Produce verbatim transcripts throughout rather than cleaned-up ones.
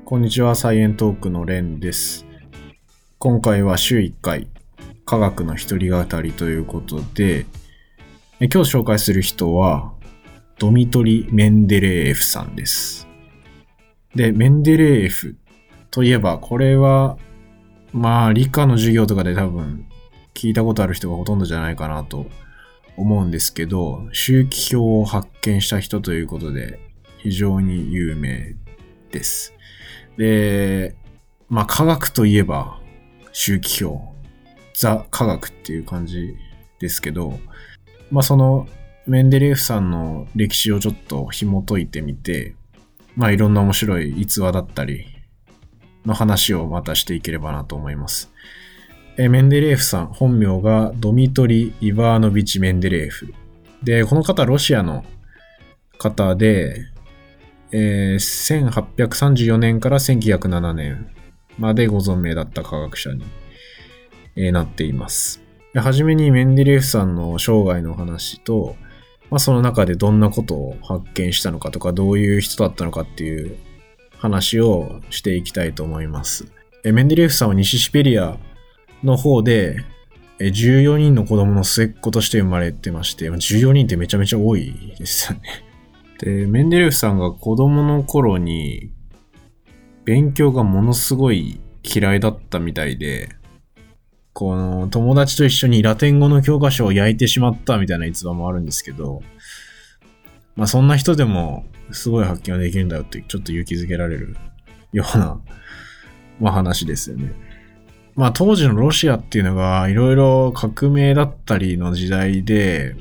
こんにちは、サイエントークのレンです。今回は週いっかい、科学の一人語りということで、え今日紹介する人は、ドミトリ・メンデレーエフさんです。で、メンデレーエフといえば、これは、まあ、理科の授業とかで多分、聞いたことある人がほとんどじゃないかなと思うんですけど、周期表を発見した人ということで、非常に有名です。で、まあ科学といえば周期表、ザ科学っていう感じですけど、まあそのメンデレーエフさんの歴史をちょっと紐解いてみて、まあいろんな面白い逸話だったりの話をまたしていければなと思います。えメンデレーエフさん、本名がドミトリ・イバーノビチ・メンデレーエフ。で、この方ロシアの方で、えー、せんはっぴゃくさんじゅうよねんからせんきゅうひゃくななねんまでご存命だった科学者に、えー、なっています。はじめにメンデレーエフさんの生涯の話と、まあ、その中でどんなことを発見したのかとか、どういう人だったのかっていう話をしていきたいと思います。えー、メンデレーエフさんは西シベリアの方で、えー、じゅうよにんの子供の末っ子として生まれてまして、じゅうよにんってめちゃめちゃ多いですよね。で、メンデレーエフさんが子供の頃に勉強がものすごい嫌いだったみたいで、この友達と一緒にラテン語の教科書を焼いてしまったみたいな逸話もあるんですけど、まあそんな人でもすごい発見ができるんだよってちょっと勇気づけられるような、まあ話ですよね。まあ当時のロシアっていうのがいろいろ革命だったりの時代で、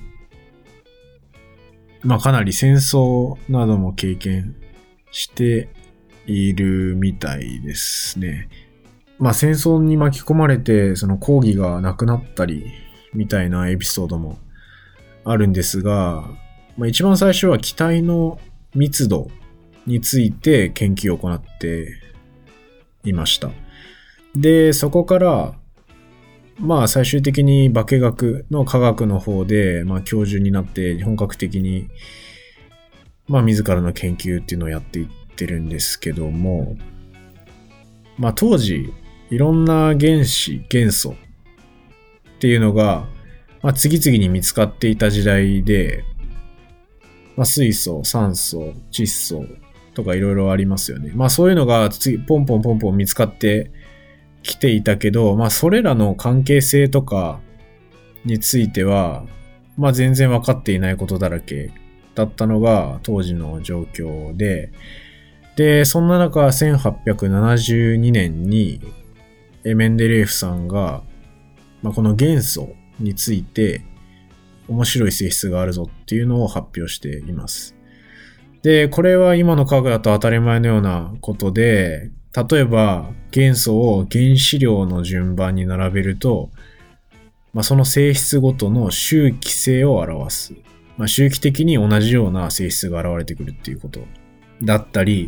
まあかなり戦争なども経験しているみたいですね。まあ戦争に巻き込まれてその講義がなくなったりみたいなエピソードもあるんですが、まあ一番最初は気体の密度について研究を行っていました。で、そこからまあ最終的に化学の科学の方で、まあ教授になって本格的に、まあ自らの研究っていうのをやっていってるんですけども、まあ当時いろんな原子、元素っていうのが、まあ次々に見つかっていた時代で、まあ水素、酸素、窒素とかいろいろありますよね。まあそういうのが次ポンポンポンポン見つかって来ていたけど、まあそれらの関係性とかについては、まあ全然分かっていないことだらけだったのが当時の状況で、で、そんな中せんはっぴゃくななじゅうにねんにメンデレーエフさんが、まあ、この元素について面白い性質があるぞっていうのを発表しています。で、これは今の科学だと当たり前のようなことで、例えば元素を原子量の順番に並べると、まあ、その性質ごとの周期性を表す。まあ、周期的に同じような性質が現れてくるっていうことだったり、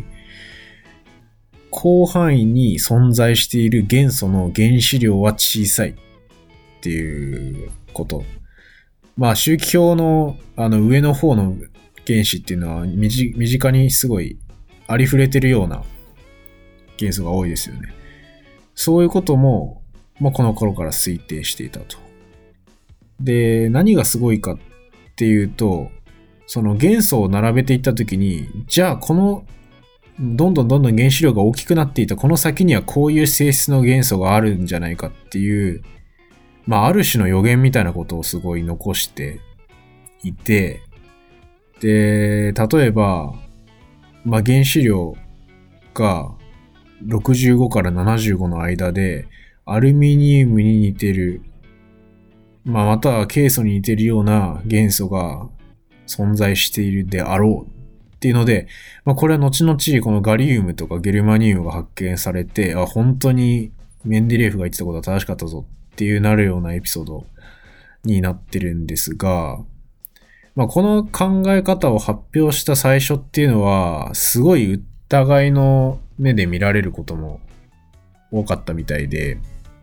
広範囲に存在している元素の原子量は小さいっていうこと。まあ周期表のあの上の方の原子っていうのは身近にすごいありふれてるような元素が多いですよね。そういうことも、まあ、この頃から推定していたと。で、何がすごいかっていうと、その元素を並べていったときに、じゃあこのどんどんどんどん原子量が大きくなっていたこの先にはこういう性質の元素があるんじゃないかっていう、まあある種の予言みたいなことをすごい残していて、で、例えば、まあ原子量がろくじゅうごからななじゅうごの間でアルミニウムに似てる、まあまたはケイ素に似てるような元素が存在しているであろうっていうので、まあこれは後々このガリウムとかゲルマニウムが発見されて、あ、本当にメンデレーエフが言ってたことは正しかったぞっていうなるようなエピソードになってるんですが、まあこの考え方を発表した最初っていうのはすごい疑いの目で見られることも多かったみたいで、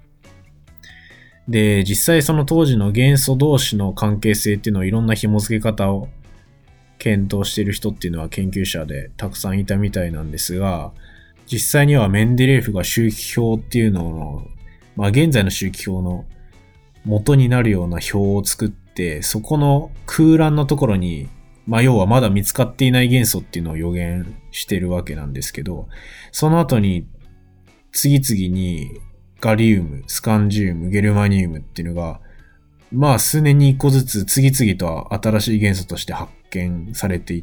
で、実際その当時の元素同士の関係性っていうのをいろんな紐付け方を検討している人っていうのは研究者でたくさんいたみたいなんですが、 実際にはメンデレーエフが周期表っていうのを、まあ現在の周期表の元になるような表を作って、そこの空欄のところに、まあ要はまだ見つかっていない元素っていうのを予言してるわけなんですけど、その後に次々にガリウム、スカンジウム、ゲルマニウムっていうのが、まあ数年に一個ずつ次々と新しい元素として発見されていって、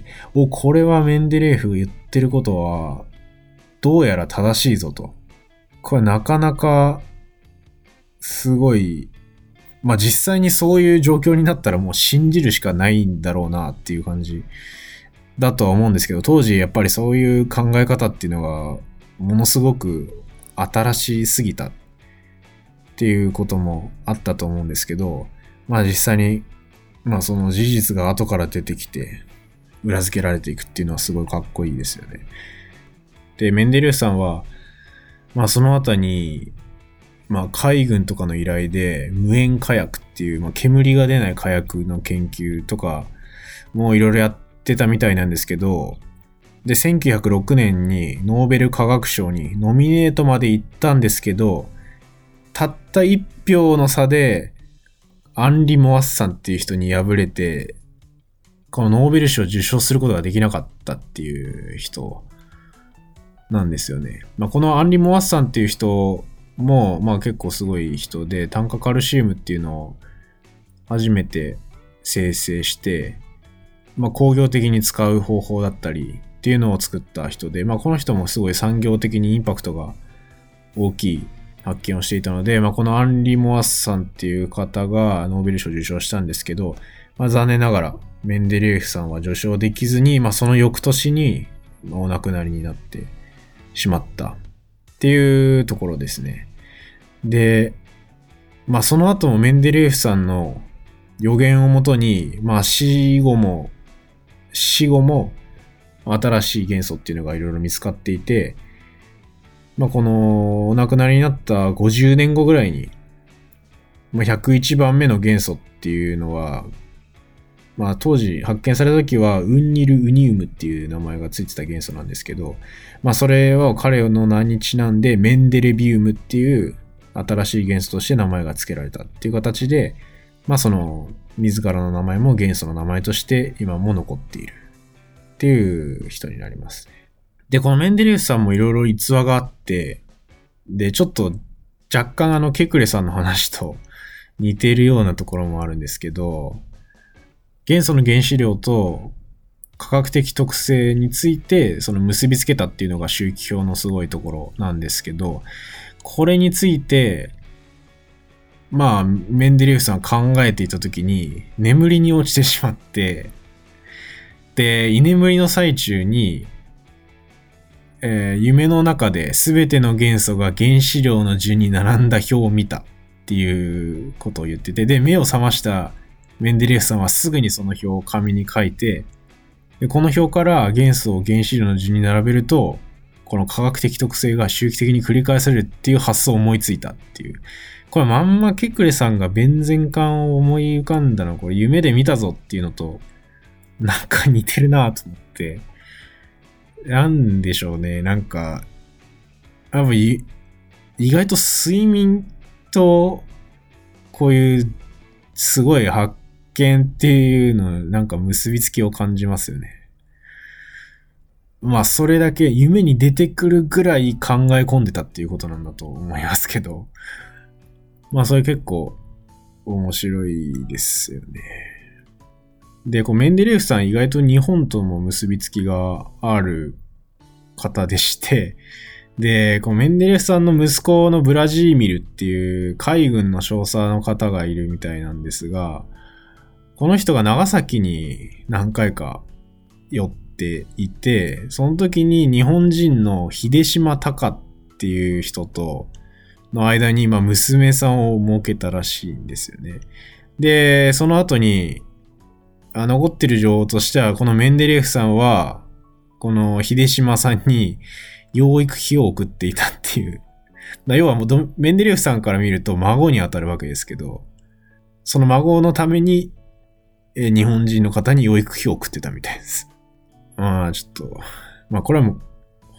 お、これはメンデレーエフが言ってることはどうやら正しいぞと。これなかなかすごい、まあ実際にそういう状況になったらもう信じるしかないんだろうなっていう感じだとは思うんですけど、当時やっぱりそういう考え方っていうのがものすごく新しすぎたっていうこともあったと思うんですけど、まあ実際にまあその事実が後から出てきて裏付けられていくっていうのはすごいかっこいいですよね。で、メンデレーエフさんはまあその後にまあ海軍とかの依頼で無煙火薬っていう、まあ、煙が出ない火薬の研究とかもういろいろやってたみたいなんですけど、でせんきゅうひゃくろくねんにノーベル化学賞にノミネートまで行ったんですけど、たった一票の差でアンリ・モアッサンっていう人に敗れて、このノーベル賞を受賞することができなかったっていう人なんですよね。まあ、このアンリ・モアッサンっていう人もまあ結構すごい人で、炭化カルシウムっていうのを初めて生成して、まあ工業的に使う方法だったりっていうのを作った人で、まあこの人もすごい産業的にインパクトが大きい発見をしていたので、まあこのアンリ・モアッサンっていう方がノーベル賞を受賞したんですけど、まあ残念ながらメンデレーエフさんは受賞できずに、まあその翌年にお亡くなりになってしまったっていうところですね。で、まあその後もメンデレーエフさんの予言をもとに、まあ死後も、死後も新しい元素っていうのがいろいろ見つかっていて、まあこのお亡くなりになったごじゅうねんごぐらいに、まあひゃくいちばんめの元素っていうのは、まあ当時発見された時はウンニルウニウムっていう名前がついてた元素なんですけど、まあそれは彼の名にちなんでメンデレビウムっていう新しい元素として名前が付けられたっていう形で、まあその自らの名前も元素の名前として今も残っているっていう人になりますね。で、このメンデレーエフさんもいろいろ逸話があって、で、ちょっと若干あのケクレさんの話と似ているようなところもあるんですけど、元素の原子量と科学的特性についてその結びつけたっていうのが周期表のすごいところなんですけど、これについてまあメンデレーエフさん考えていた時に眠りに落ちてしまって、で居眠りの最中に、えー、夢の中で全ての元素が原子量の順に並んだ表を見たっていうことを言ってて、で目を覚ましたメンデレーエフさんはすぐにその表を紙に書いて、でこの表から元素を原子量の順に並べると、この科学的特性が周期的に繰り返されるっていう発想を思いついたっていう。これまんまケクレさんがベンゼン管を思い浮かんだのこれ夢で見たぞっていうのとなんか似てるなと思って。なんでしょうね。なんか、やっぱ意外と睡眠とこういうすごい発見っていうのなんか結びつきを感じますよね。まあそれだけ夢に出てくるぐらい考え込んでたっていうことなんだと思いますけど、まあそれ結構面白いですよね。で、こうメンデレーエフさん意外と日本とも結びつきがある方でして、で、こうメンデレーエフさんの息子のブラジーミルっていう海軍の少佐の方がいるみたいなんですが、この人が長崎に何回か寄っていて、その時に日本人の秀島隆っていう人との間に今娘さんを設けたらしいんですよね。で、その後にあ残ってる情報としては、このメンデレーエフさんはこの秀島さんに養育費を送っていたっていう。要はもうメンデレーエフさんから見ると孫に当たるわけですけど、その孫のためにえ日本人の方に養育費を送ってたみたいです。まあちょっと、まあこれはもう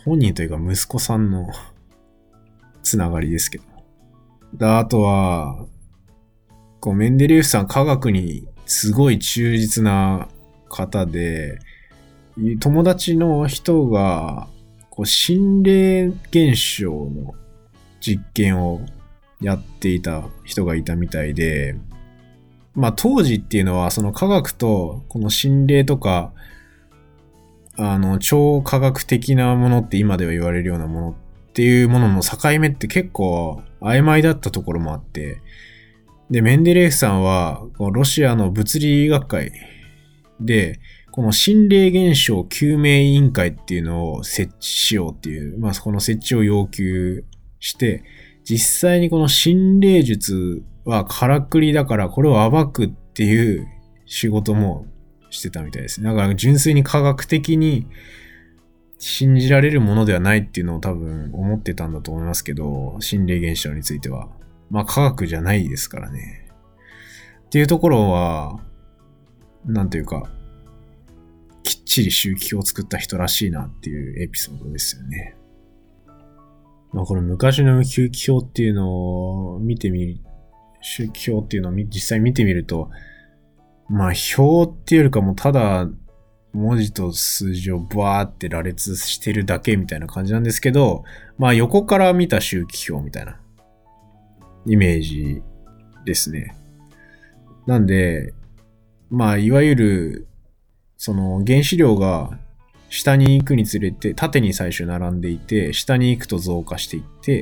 本人というか息子さんのつながりですけど。であとは、こうメンデレーエフさん科学にすごい忠実な方で、友達の人がこう心霊現象の実験をやっていた人がいたみたいで、まあ当時っていうのはその科学とこの心霊とかあの超科学的なものって今では言われるようなものっていうものの境目って結構曖昧だったところもあって、でメンデレーエフさんはロシアの物理学会でこの心霊現象究明委員会っていうのを設置しようっていう、まあこの設置を要求して、実際にこの心霊術はからくりだからこれを暴くっていう仕事もしてたみたいですね。だから純粋に科学的に信じられるものではないっていうのを多分思ってたんだと思いますけど、心霊現象については。まあ科学じゃないですからね。っていうところは、なんていうか、きっちり宗教を作った人らしいなっていうエピソードですよね。まあこの昔の宗教っていうのを見てみる、宗教っていうのを実際見てみると、まあ表っていうよりかもただ文字と数字をバーって羅列してるだけみたいな感じなんですけど、まあ横から見た周期表みたいなイメージですね。なんで、まあいわゆるその原子量が下に行くにつれて縦に最初並んでいて、下に行くと増加していって、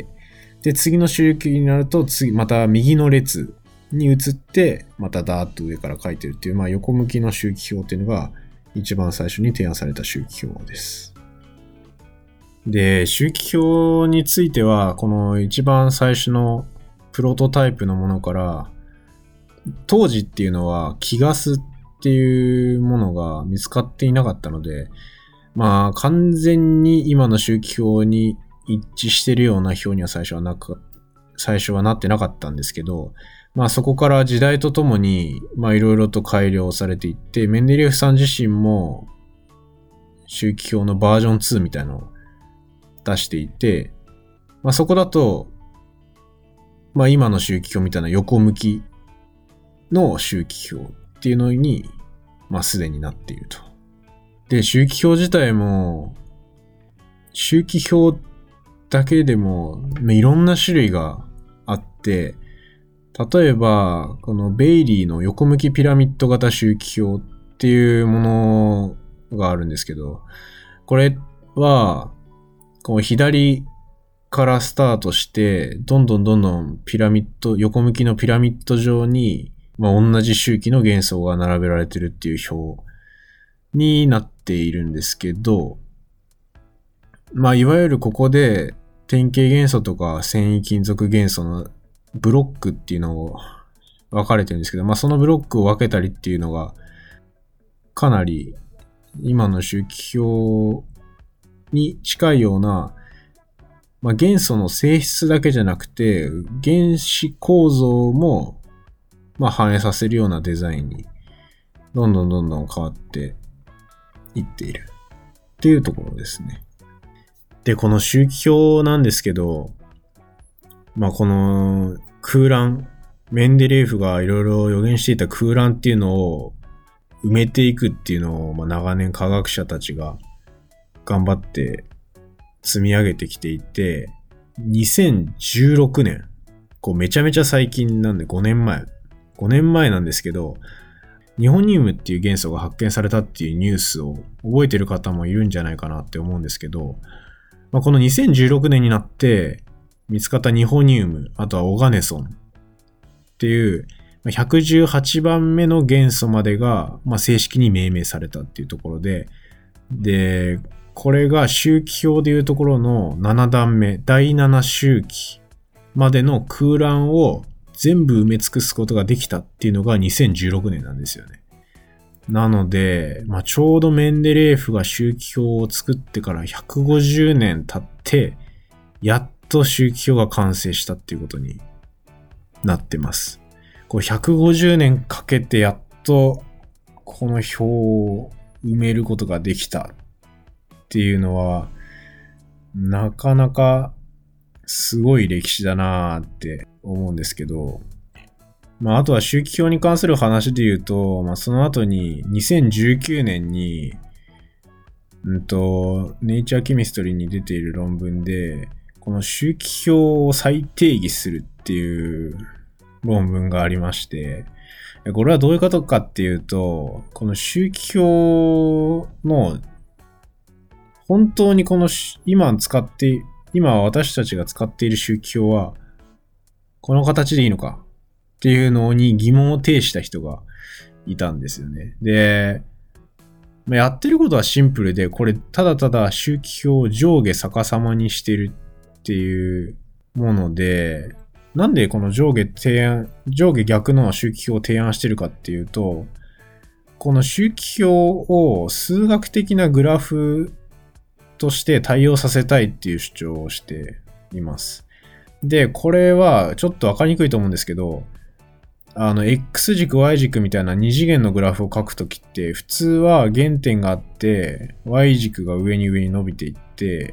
で次の周期になると次また右の列に移ってまたダーッと上から書いてるっていう、まあ横向きの周期表っていうのが一番最初に提案された周期表です。で、周期表についてはこの一番最初のプロトタイプのものから、当時っていうのは気ガスっていうものが見つかっていなかったので、まあ完全に今の周期表に一致してるような表には最初はなく、最初はなってなかったんですけど、まあそこから時代とともにまあいろいろと改良されていって、メンデレーエフさん自身も周期表のバージョンツーみたいなのを出していて、まあそこだとまあ今の周期表みたいな横向きの周期表っていうのにまあすでになっていると。で、周期表自体も周期表だけでもいろんな種類があって、例えばこのベイリーの横向きピラミッド型周期表っていうものがあるんですけど、これはこう左からスタートしてどんどんどんどんピラミッド、横向きのピラミッド上にまあ同じ周期の元素が並べられてるっていう表になっているんですけど、まあいわゆるここで典型元素とか繊維金属元素のブロックっていうのを分かれてるんですけど、まあそのブロックを分けたりっていうのがかなり今の周期表に近いような、まあ、元素の性質だけじゃなくて原子構造もまあ反映させるようなデザインにどんどんどんどん変わっていっているっていうところですね。で、この周期表なんですけど、まあこの空欄、メンデレーエフがいろいろ予言していた空欄っていうのを埋めていくっていうのを、まあ、長年科学者たちが頑張って積み上げてきていて、にせんじゅうろくねん、こうめちゃめちゃ最近なんでごねんまえ、ごねんまえなんですけど、ニホニウムっていう元素が発見されたっていうニュースを覚えてる方もいるんじゃないかなって思うんですけど、まあ、このにせんじゅうろくねんになって見つかったニホニウム、あとはオガネソンっていうひゃくじゅうはちばんめの元素までが、まあ、正式に命名されたっていうところで、で、これが周期表でいうところのななだんめ、だいなな周期までの空欄を全部埋め尽くすことができたっていうのがにせんじゅうろくねんなんですよね。なので、まあ、ちょうどメンデレーエフが周期表を作ってからひゃくごじゅうねん経って、やっと周期表が完成したっていうことになってます。こうひゃくごじゅうねんかけてやっとこの表を埋めることができたっていうのは、 なかなかすごい歴史だなーって思うんですけど、まあ、あとは周期表に関する話で言うと、まあ、その後ににせんじゅうきゅうねんに、うんと、ネイチャーケミストリーに出ている論文で、この周期表を再定義するっていう論文がありまして、これはどういうことかっていうと、この周期表の本当にこの今使って、今私たちが使っている周期表はこの形でいいのかっていうのに疑問を呈した人がいたんですよね。で、やってることはシンプルで、これただただ周期表を上下逆さまにしてるっていうもので、なんでこの上下提案、上下逆の周期表を提案してるかっていうと、この周期表を数学的なグラフとして対応させたいっていう主張をしています。で、これはちょっとわかりにくいと思うんですけど、あの、X 軸、Y 軸みたいな二次元のグラフを書くときって、普通は原点があって、Y 軸が上に上に伸びていって、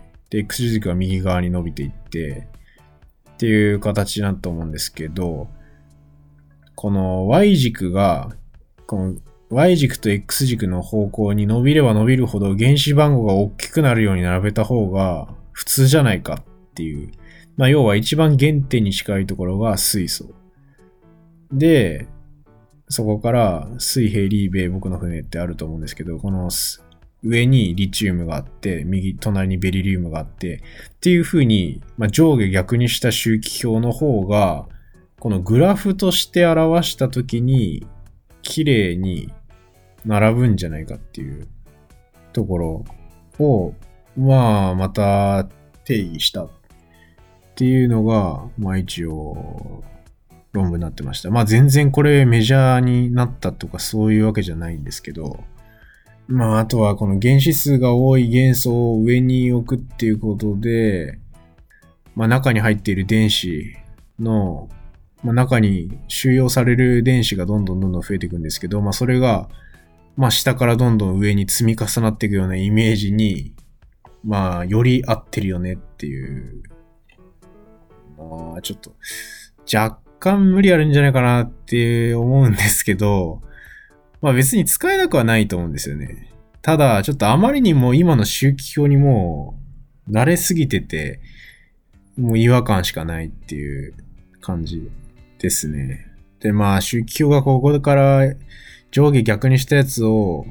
で、X 軸が右側に伸びていって、っていう形だと思うんですけど、この Y 軸が、この Y 軸と X 軸の方向に伸びれば伸びるほど原子番号が大きくなるように並べた方が普通じゃないかっていう。まあ、要は一番原点に近いところが水素。で、そこから水平リーベ僕の船ってあると思うんですけど、この上にリチウムがあって、右隣にベリリウムがあって、っていう風に、まあ、上下逆にした周期表の方が、このグラフとして表したときに、綺麗に並ぶんじゃないかっていうところを、まあ、また定義したっていうのが、まあ一応、論文になってました。まあ全然これメジャーになったとかそういうわけじゃないんですけど、まああとはこの原子数が多い元素を上に置くっていうことで、まあ中に入っている電子の、まあ中に収容される電子がどんどんどんどん増えていくんですけど、まあそれが、まあ下からどんどん上に積み重なっていくようなイメージに、まあより合ってるよねっていう、まあちょっと、若干無理あるんじゃないかなって思うんですけど、まあ別に使えなくはないと思うんですよね。ただ、ちょっとあまりにも今の周期表にもう慣れすぎてて、もう違和感しかないっていう感じですね。で、まあ周期表がここから上下逆にしたやつを、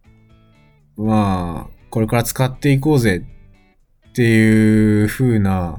まあ、これから使っていこうぜっていう風な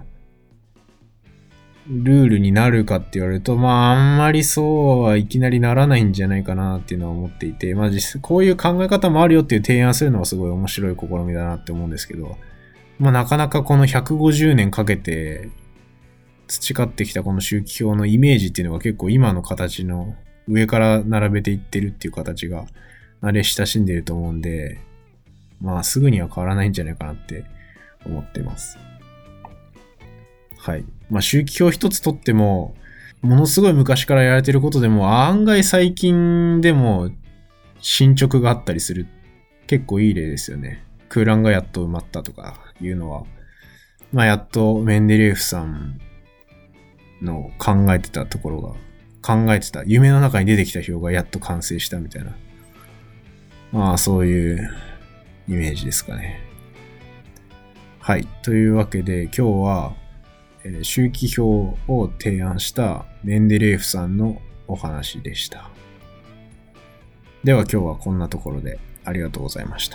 ルールになるかって言われると、まああんまりそうはいきなりならないんじゃないかなっていうのは思っていて、まあ実際こういう考え方もあるよっていう提案するのはすごい面白い試みだなって思うんですけど、まあなかなかこのひゃくごじゅうねんかけて培ってきたこの周期表のイメージっていうのが結構今の形の上から並べていってるっていう形が慣れ親しんでいると思うんで、まあすぐには変わらないんじゃないかなって思ってます。はい。まあ、周期表一つとっても、ものすごい昔からやられてることでも、案外最近でも進捗があったりする。結構いい例ですよね。空欄がやっと埋まったとかいうのは、まあ、やっとメンデレーエフさんの考えてたところが、考えてた、夢の中に出てきた表がやっと完成したみたいな。まあ、そういうイメージですかね。はい。というわけで、今日は、周期表を提案したメンデレーエフさんのお話でした。では今日はこんなところでありがとうございました。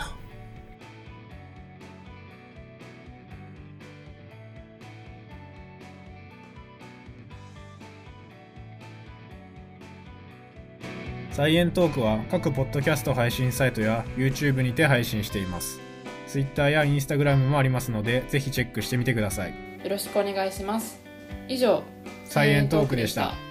サイエントークは各ポッドキャスト配信サイトや YouTube にて配信しています。Twitter や Instagram もありますので、ぜひチェックしてみてください。 よろしくお願いします。以上、 サイエントークでした。